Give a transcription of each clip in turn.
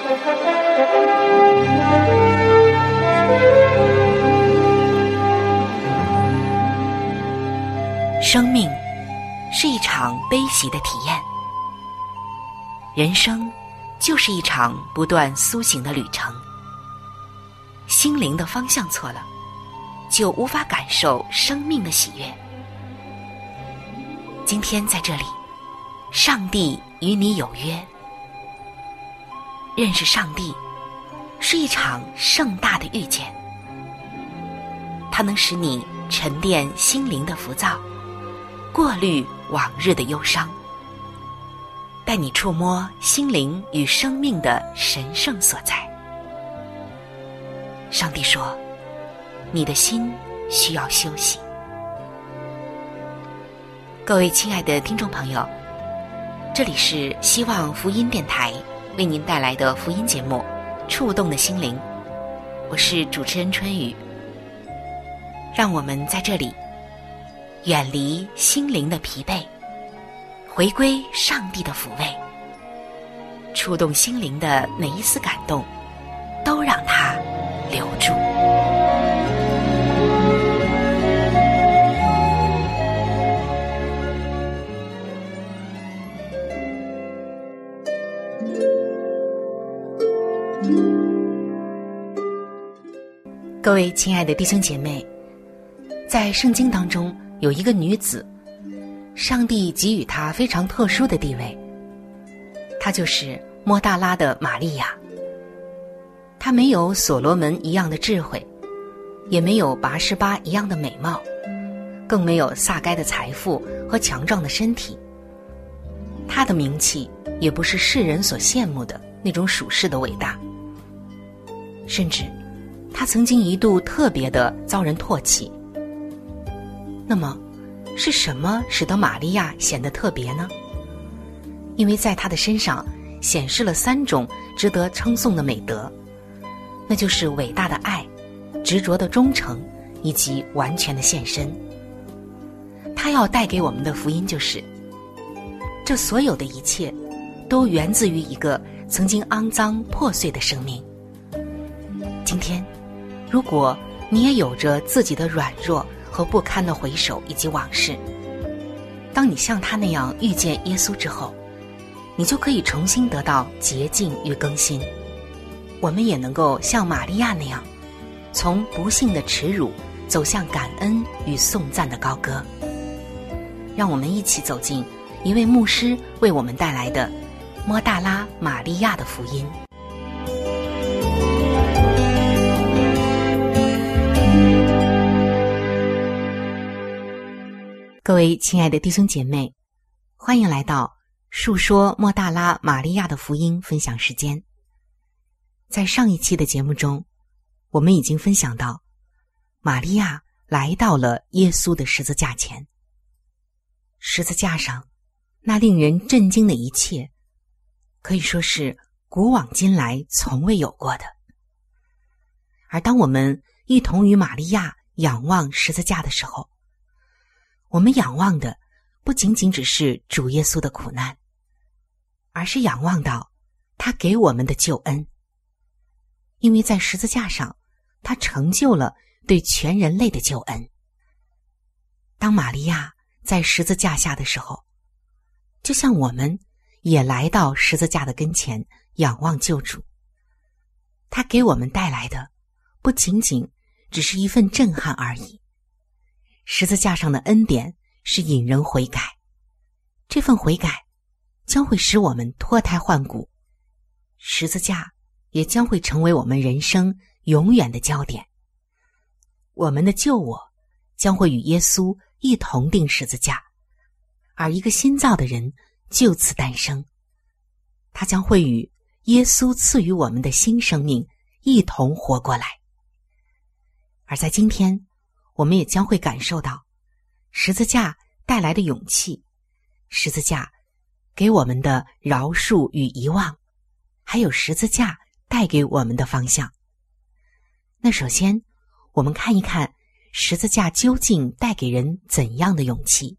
生命是一场悲喜的体验，人生就是一场不断苏醒的旅程。心灵的方向错了，就无法感受生命的喜悦。今天在这里，上帝与你有约。认识上帝是一场盛大的遇见，它能使你沉淀心灵的浮躁，过滤往日的忧伤，带你触摸心灵与生命的神圣所在。上帝说，你的心需要休息。各位亲爱的听众朋友，这里是希望福音电台为您带来的福音节目《触动的心灵》，我是主持人春雨。让我们在这里远离心灵的疲惫，回归上帝的抚慰，触动心灵的每一丝感动，都让它留住。各位亲爱的弟兄姐妹，在圣经当中有一个女子，上帝给予她非常特殊的地位，她就是抹大拉的玛利亚。她没有所罗门一样的智慧，也没有拔示巴一样的美貌，更没有撒该的财富和强壮的身体。她的名气也不是世人所羡慕的那种属世的伟大，甚至她曾经一度特别的遭人唾弃。那么是什么使得玛利亚显得特别呢？因为在她的身上显示了3种值得称颂的美德，那就是伟大的爱、执着的忠诚以及完全的献身。她要带给我们的福音就是，这所有的一切都源自于一个曾经肮脏破碎的生命。今天如果你也有着自己的软弱和不堪的回首以及往事，当你像他那样遇见耶稣之后，你就可以重新得到洁净与更新。我们也能够像玛利亚那样，从不幸的耻辱走向感恩与颂赞的高歌。让我们一起走进一位牧师为我们带来的抹大拉玛利亚的福音。各位亲爱的弟兄姐妹，欢迎来到述说抹大拉玛利亚的福音分享时间。在上一期的节目中，我们已经分享到，玛利亚来到了耶稣的十字架前。十字架上那令人震惊的一切，可以说是古往今来从未有过的。而当我们一同与玛利亚仰望十字架的时候，我们仰望的不仅仅只是主耶稣的苦难，而是仰望到他给我们的救恩。因为在十字架上，他成就了对全人类的救恩。当玛利亚在十字架下的时候，就像我们也来到十字架的跟前仰望救主。他给我们带来的不仅仅只是一份震撼而已。十字架上的恩典是引人悔改，这份悔改将会使我们脱胎换骨，十字架也将会成为我们人生永远的焦点。我们的旧我将会与耶稣一同钉十字架，而一个新造的人就此诞生，他将会与耶稣赐予我们的新生命一同活过来。而在今天，我们也将会感受到十字架带来的勇气，十字架给我们的饶恕与遗忘，还有十字架带给我们的方向。那首先，我们看一看十字架究竟带给人怎样的勇气。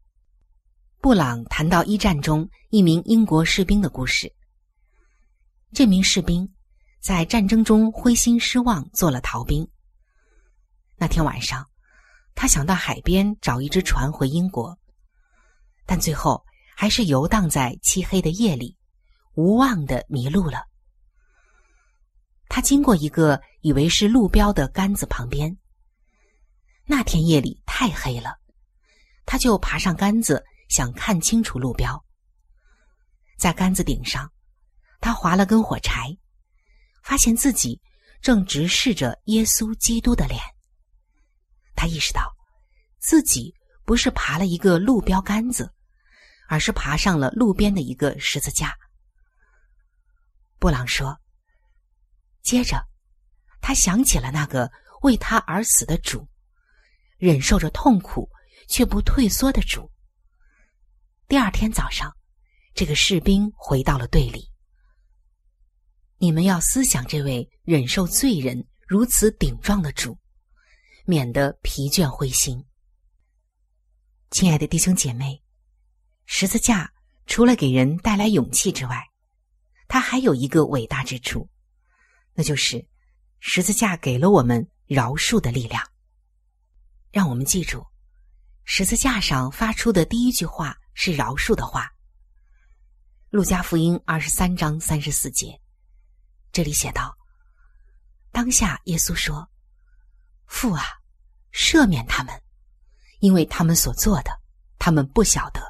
布朗谈到一战中一名英国士兵的故事。 这名士兵在战争中灰心失望，做了逃兵。那天晚上，他想到海边找一只船回英国，但最后还是游荡在漆黑的夜里，无望地迷路了。他经过一个以为是路标的杆子旁边，那天夜里太黑了，他就爬上杆子，想看清楚路标。在杆子顶上，他划了根火柴，发现自己正直视着耶稣基督的脸。他意识到自己不是爬了一个路标杆子，而是爬上了路边的一个十字架。布朗说，接着他想起了那个为他而死的主，忍受着痛苦却不退缩的主。第二天早上，这个士兵回到了队里。你们要思想这位忍受罪人如此顶撞的主，免得疲倦灰心。亲爱的弟兄姐妹，十字架除了给人带来勇气之外，它还有一个伟大之处，那就是十字架给了我们饶恕的力量。让我们记住，十字架上发出的第一句话是饶恕的话。路加福音23章34节，这里写道：当下耶稣说，父啊，赦免他们，因为他们所做的，他们不晓得。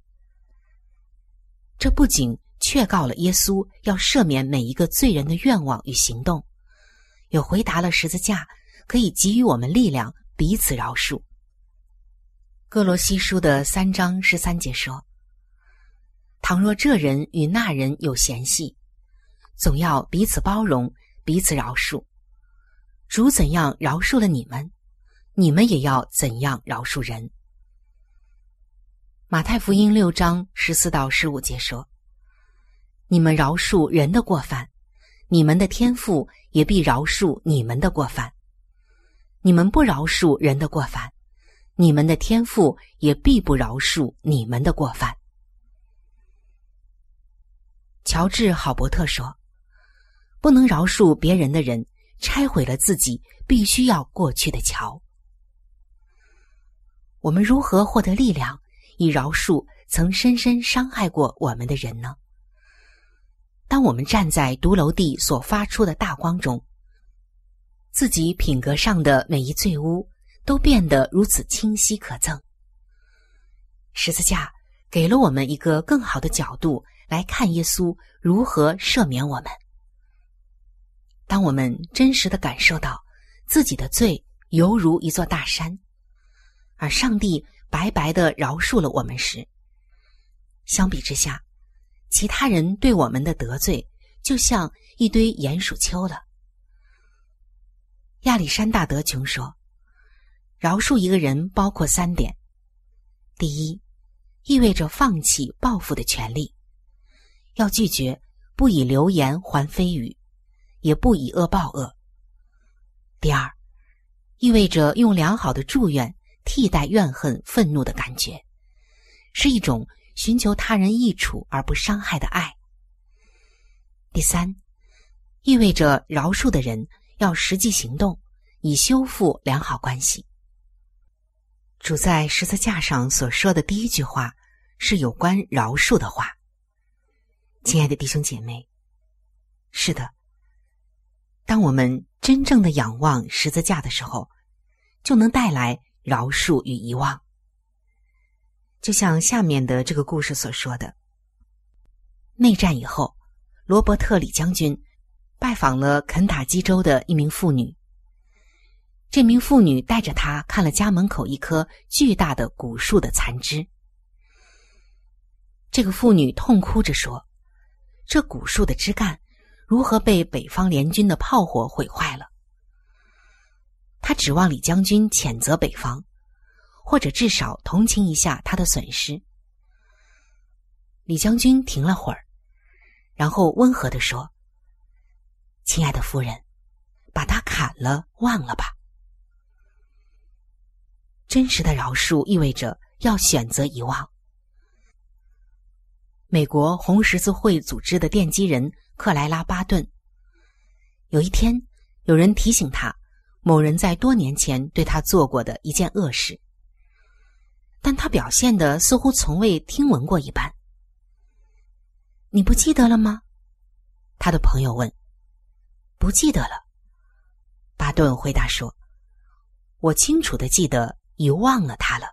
这不仅确告了耶稣要赦免每一个罪人的愿望与行动，也回答了十字架可以给予我们力量，彼此饶恕。哥罗西书的3章13节说，倘若这人与那人有嫌隙，总要彼此包容，彼此饶恕。主怎样饶恕了你们，你们也要怎样饶恕人。马太福音6章14到15节说，你们饶恕人的过犯，你们的天父也必饶恕你们的过犯；你们不饶恕人的过犯，你们的天父也必不饶恕你们的过犯。乔治·郝伯特说，不能饶恕别人的人，拆毁了自己必须要过去的桥。我们如何获得力量，以饶恕曾深深伤害过我们的人呢？当我们站在独楼地所发出的大光中，自己品格上的每一罪污都变得如此清晰可憎。十字架给了我们一个更好的角度来看耶稣如何赦免我们。当我们真实地感受到自己的罪犹如一座大山，而上帝白白地饶恕了我们时，相比之下，其他人对我们的得罪就像一堆鼹鼠丘了。亚历山大·德琼说，饶恕一个人包括3点。第一，意味着放弃报复的权利，要拒绝不以流言还蜚语，也不以恶报恶。第二，意味着用良好的祝愿替代怨恨愤怒的感觉，是一种寻求他人益处而不伤害的爱。第三，意味着饶恕的人要实际行动，以修复良好关系。主在十字架上所说的第一句话是有关饶恕的话。亲爱的弟兄姐妹，是的，当我们真正的仰望十字架的时候，就能带来饶恕与遗忘。就像下面的这个故事所说的，内战以后，罗伯特李将军拜访了肯塔基州的一名妇女。这名妇女带着他看了家门口一棵巨大的古树的残枝。这个妇女痛哭着说，这古树的枝干如何被北方联军的炮火毁坏了。他指望李将军谴责北方，或者至少同情一下他的损失。李将军停了会儿，然后温和地说，亲爱的夫人，把它砍了，忘了吧。真实的饶恕意味着要选择遗忘。 美国红十字会组织的奠基人克莱拉·巴顿。有一天，有人提醒他，某人在多年前对他做过的一件恶事，但他表现得似乎从未听闻过一般。你不记得了吗？他的朋友问。不记得了，巴顿回答说，我清楚地记得，遗忘了他了。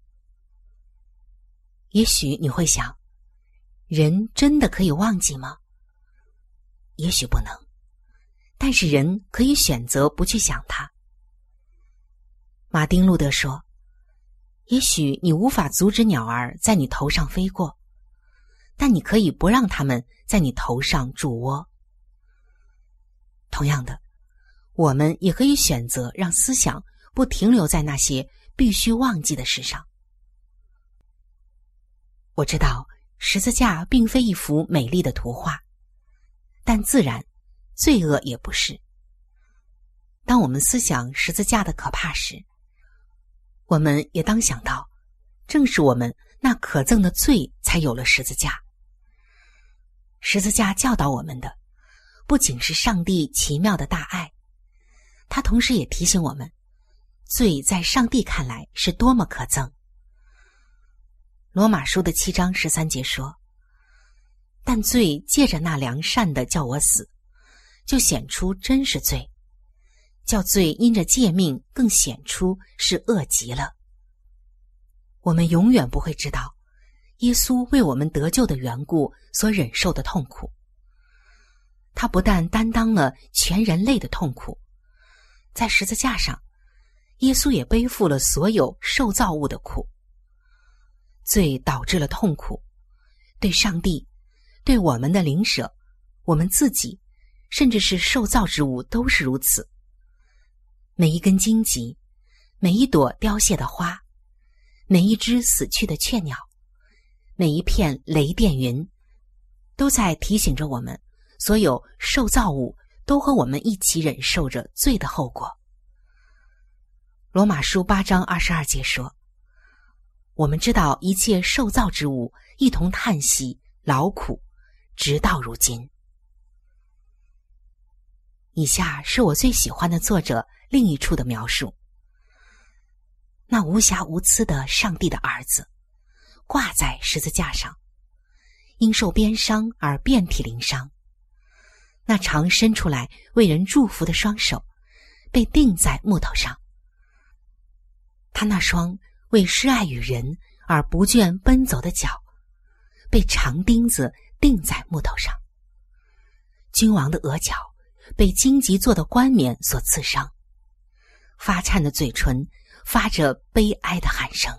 也许你会想，人真的可以忘记吗？也许不能，但是人可以选择不去想它。马丁·路德说，也许你无法阻止鸟儿在你头上飞过，但你可以不让它们在你头上筑窝。同样的，我们也可以选择让思想不停留在那些必须忘记的事上。我知道十字架并非一幅美丽的图画，但自然，罪恶也不是。当我们思想十字架的可怕时，我们也当想到，正是我们那可憎的罪才有了十字架。十字架教导我们的，不仅是上帝奇妙的大爱，它同时也提醒我们，罪在上帝看来是多么可憎。罗马书的7章13节说，但罪借着那良善的叫我死，就显出真是罪，叫罪因着诫命更显出是恶极了。我们永远不会知道耶稣为我们得救的缘故所忍受的痛苦。他不但担当了全人类的痛苦，在十字架上，耶稣也背负了所有受造物的苦。罪导致了痛苦，对上帝，对我们的邻舍，我们自己，甚至是受造之物都是如此。每一根荆棘，每一朵凋谢的花，每一只死去的雀鸟，每一片雷电云，都在提醒着我们，所有受造物都和我们一起忍受着罪的后果。罗马书8章22节说，我们知道一切受造之物一同叹息劳苦，直到如今。以下是我最喜欢的作者另一处的描述。那无瑕无疵的上帝的儿子，挂在十字架上，因受鞭伤而遍体鳞伤。那常伸出来为人祝福的双手，被钉在木头上。他那双为施爱与人而不倦奔走的脚，被长钉子钉在木头上。君王的额角被荆棘做的冠冕所刺伤，发颤的嘴唇发着悲哀的喊声。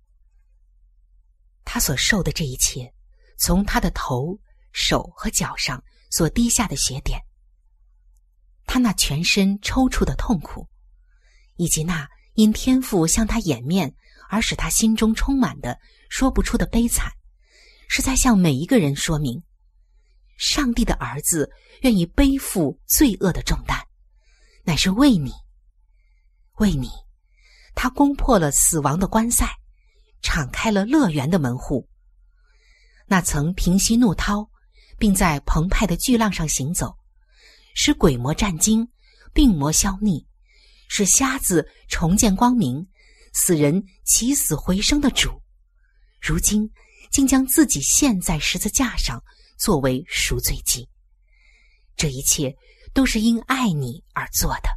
他所受的这一切，从他的头、手和脚上所滴下的血点，他那全身抽搐的痛苦，以及那因天父向他掩面而使他心中充满的说不出的悲惨，是在向每一个人说明，上帝的儿子愿意背负罪恶的重担，乃是为你，为你，他攻破了死亡的关塞，敞开了乐园的门户。那曾平息怒涛，并在澎湃的巨浪上行走，使鬼魔战惊，病魔消匿，使瞎子重见光明，死人起死回生的主，如今竟将自己献在十字架上，作为赎罪祭。这一切都是因爱你而做的。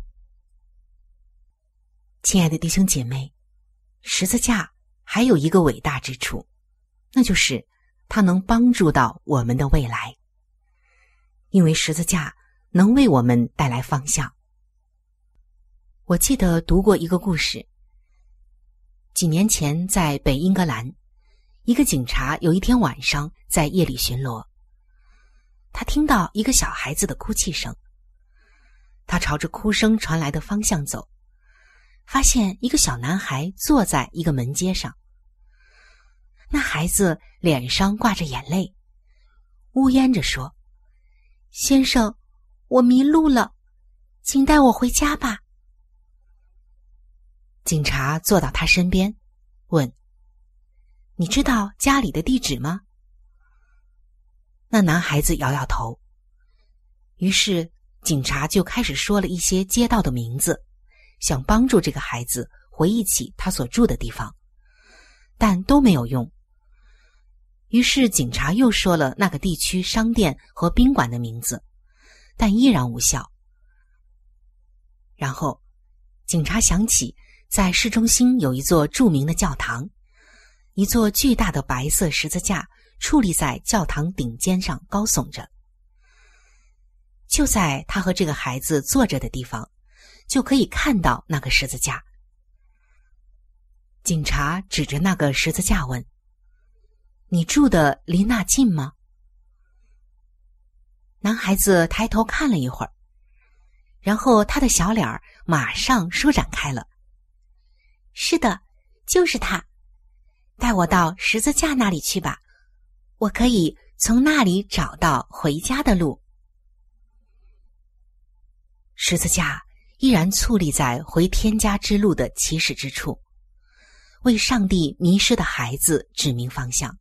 亲爱的弟兄姐妹，十字架还有一个伟大之处，那就是它能帮助到我们的未来。因为十字架能为我们带来方向。我记得读过一个故事，几年前在北英格兰，一个警察有一天晚上在夜里巡逻，他听到一个小孩子的哭泣声，他朝着哭声传来的方向走，发现一个小男孩坐在一个门阶上。那孩子脸上挂着眼泪，呜咽着说：“先生，我迷路了，请带我回家吧。”警察坐到他身边，问：“你知道家里的地址吗？” 那男孩子摇摇头。于是警察就开始说了一些街道的名字，想帮助这个孩子回忆起他所住的地方，但都没有用。于是警察又说了那个地区商店和宾馆的名字，但依然无效。然后警察想起在市中心有一座著名的教堂，一座巨大的白色十字架矗立在教堂顶尖上高耸着。就在他和这个孩子坐着的地方，就可以看到那个十字架。警察指着那个十字架问：你住的离那近吗？男孩子抬头看了一会儿，然后他的小脸马上舒展开了。是的，就是他。带我到十字架那里去吧，我可以从那里找到回家的路。十字架依然矗立在回天家之路的起始之处，为上帝迷失的孩子指明方向。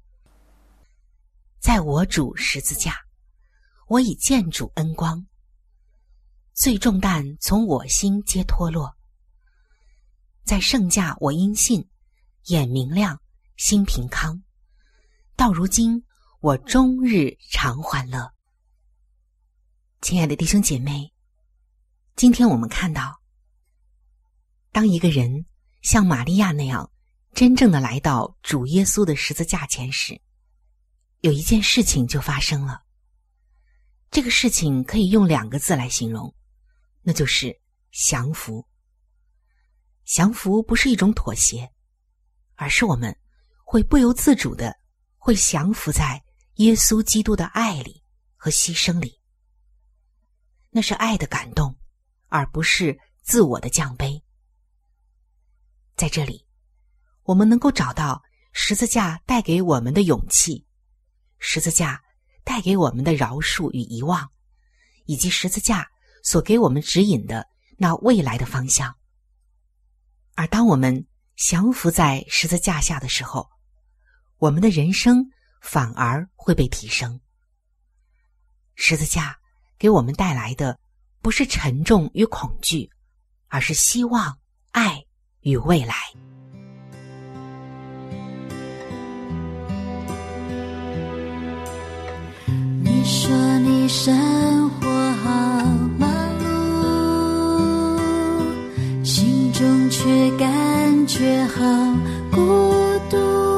在我主十字架，我已见主恩光，罪重担从我心皆脱落。在圣架我因信，眼明亮，心平康。到如今，我终日常欢乐。亲爱的弟兄姐妹，今天我们看到，当一个人像玛利亚那样真正的来到主耶稣的十字架前时，有一件事情就发生了。这个事情可以用2个字来形容，那就是降服。降服不是一种妥协，而是我们会不由自主的会降服在耶稣基督的爱里和牺牲里。那是爱的感动，而不是自我的降卑。在这里，我们能够找到十字架带给我们的勇气，十字架带给我们的饶恕与遗忘，以及十字架所给我们指引的那未来的方向。而当我们降服在十字架下的时候，我们的人生反而会被提升。十字架给我们带来的不是沉重与恐惧，而是希望、爱与未来。 你说你生活好忙碌，心中却感觉好孤独，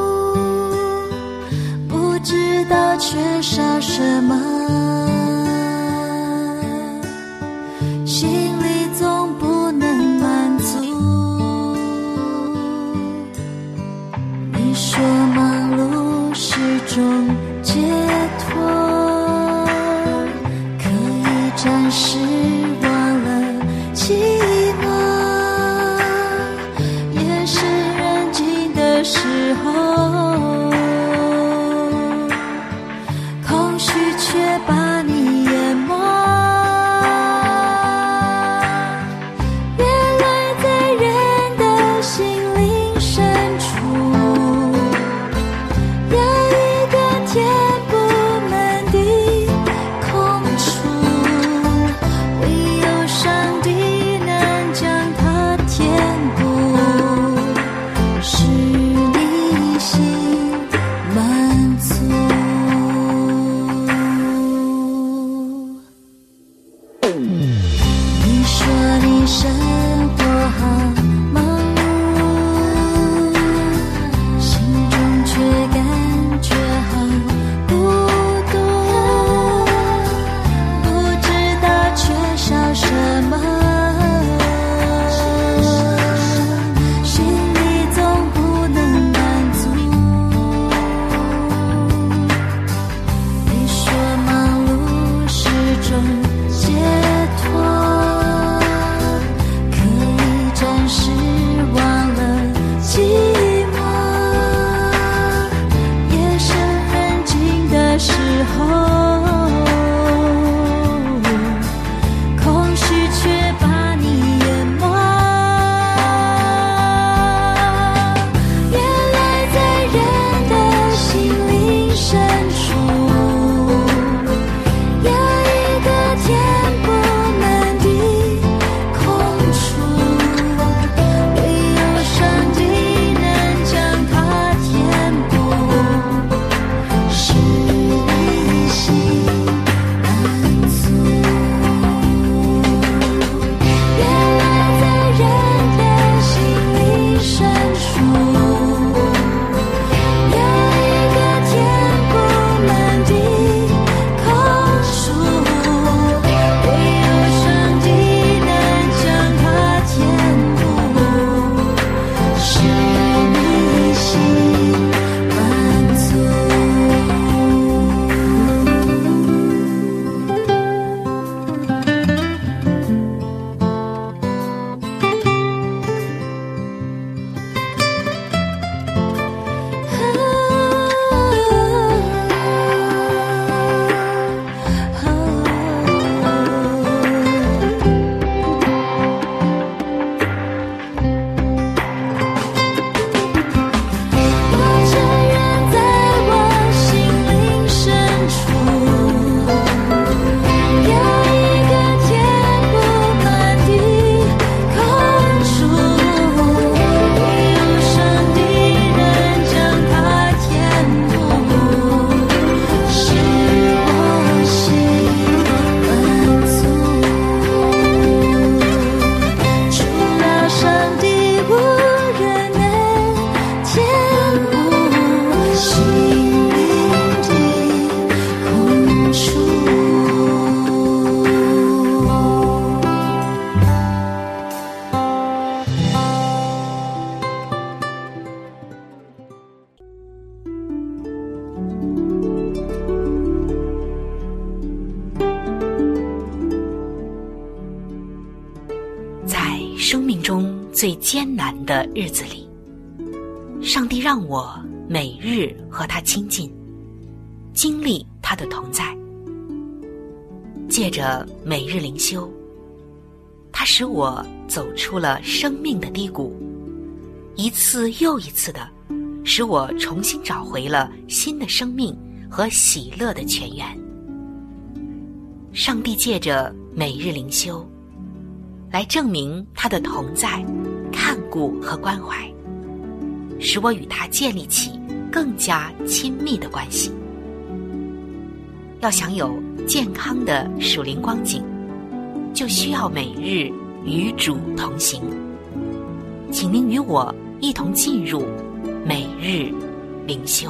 不知道缺少什么，心里总不能满足。你说忙碌是种解脱，可以暂时忘了寂寞，也是人静的时候，空虚却把你淹没。原来在人的心灵深处，有一个填不满的空处，唯有上帝能将它填补，使你心满足。你说你生活好忙碌，心中却感觉好孤独，不知道缺少什么，心里总不能满足。 最艰难的日子里，上帝让我每日和他亲近，经历他的同在。借着每日灵修，他使我走出了生命的低谷，一次又一次的使我重新找回了新的生命和喜乐的泉源。上帝借着每日灵修来证明他的同在、看顾和关怀，使我与他建立起更加亲密的关系。要享有健康的属灵光景，就需要每日与主同行。请您与我一同进入每日灵修。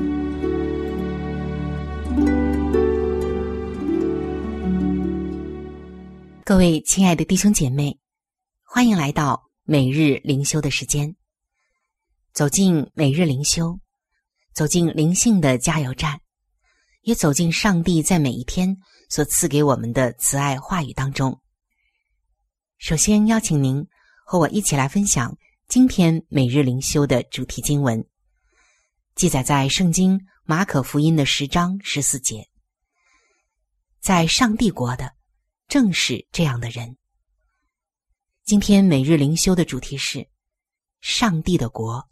各位亲爱的弟兄姐妹，欢迎来到每日灵修的时间。走进每日灵修，走进灵性的加油站，也走进上帝在每一天所赐给我们的慈爱话语当中。首先邀请您和我一起来分享今天每日灵修的主题经文，记载在圣经马可福音的10章14节。在上帝国的正是这样的人。今天每日灵修的主题是上帝的国。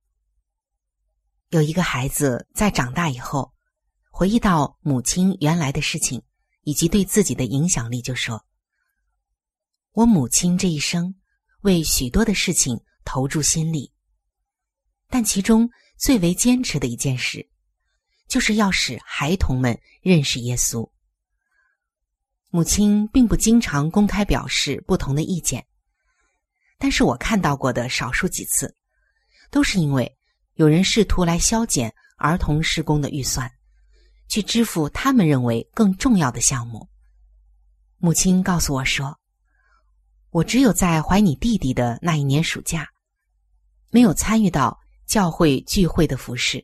有一个孩子在长大以后，回忆到母亲原来的事情以及对自己的影响力，就说：我母亲这一生为许多的事情投注心力，但其中最为坚持的一件事，就是要使孩童们认识耶稣。母亲并不经常公开表示不同的意见，但是我看到过的少数几次，都是因为有人试图来削减儿童事工的预算，去支付他们认为更重要的项目。母亲告诉我说，我只有在怀你弟弟的那一年暑假，没有参与到教会聚会的服事。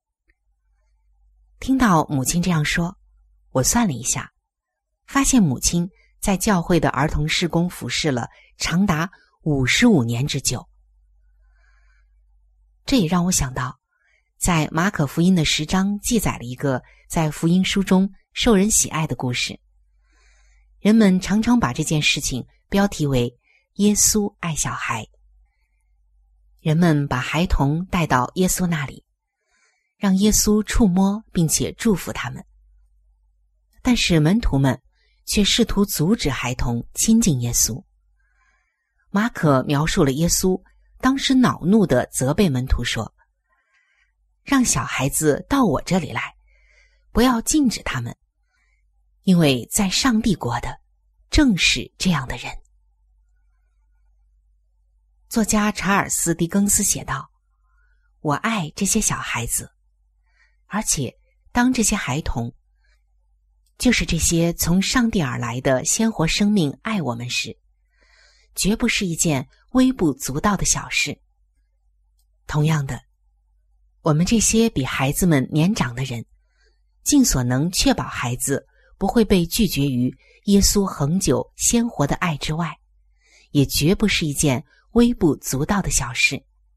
听到母亲这样说，我算了一下，发现母亲在教会的儿童事工服事了长达55年之久。这也让我想到，在马可福音的10章记载了一个在福音书中受人喜爱的故事。人们常常把这件事情标题为耶稣爱小孩。人们把孩童带到耶稣那里，让耶稣触摸并且祝福他们。但是门徒们却试图阻止孩童亲近耶稣。马可描述了耶稣当时恼怒地责备门徒说：让小孩子到我这里来，不要禁止他们，因为在上帝国的正是这样的人。作家查尔斯·狄更斯写道：我爱这些小孩子，而且当这些孩童，就是这些从上帝而来的鲜活生命爱我们时，绝不是一件微不足道的小事。同样的，我们这些比孩子们年长的人，尽所能确保孩子不会被拒绝于耶稣恒久鲜活的爱之外，也绝不是一件微不足道的小事。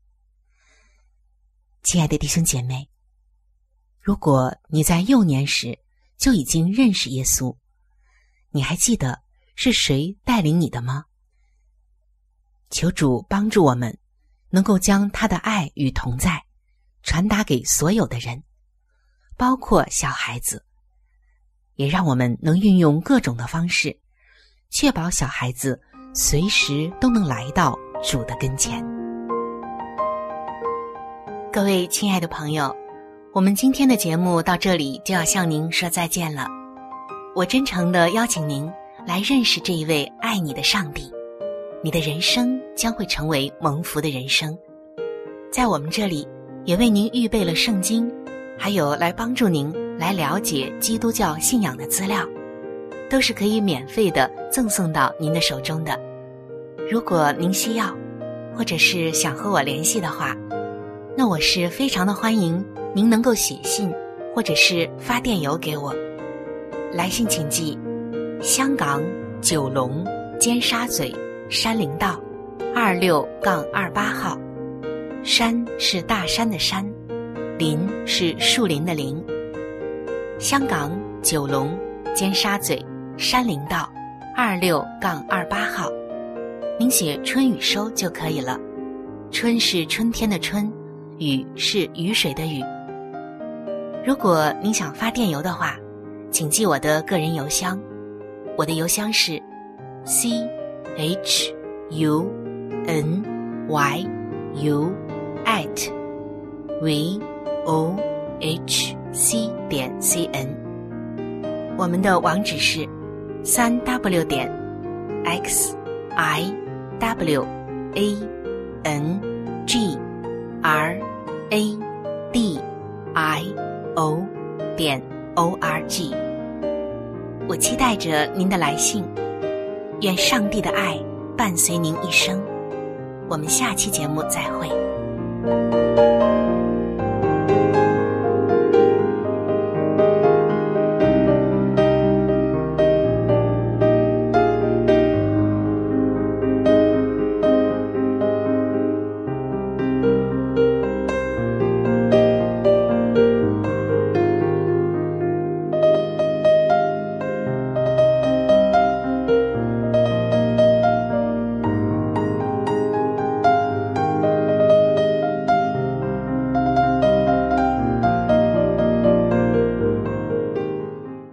亲爱的弟兄姐妹，如果你在幼年时就已经认识耶稣，你还记得是谁带领你的吗？求主帮助我们能够将他的爱与同在传达给所有的人，包括小孩子，也让我们能运用各种的方式，确保小孩子随时都能来到主的跟前。各位亲爱的朋友，我们今天的节目到这里就要向您说再见了。我真诚地邀请您来认识这一位爱你的上帝，你的人生将会成为蒙福的人生。在我们这里也为您预备了圣经，还有来帮助您来了解基督教信仰的资料，都是可以免费的赠送到您的手中的。如果您需要，或者是想和我联系的话，那我是非常的欢迎您能够写信或者是发电邮给我。来信请寄香港9龙尖沙咀山林道 26-28号。山是大山的山，林是树林的林。香港九龙尖沙咀山林道26-28号。您写春雨收就可以了。春是春天的春，雨是雨水的雨。如果您想发电邮的话，请记我的个人邮箱。我的邮箱是 chunyou@vohc.cn。我们的网址是3w.xiwrandradio.org。我期待着您的来信，愿上帝的爱伴随您一生。我们下期节目再会。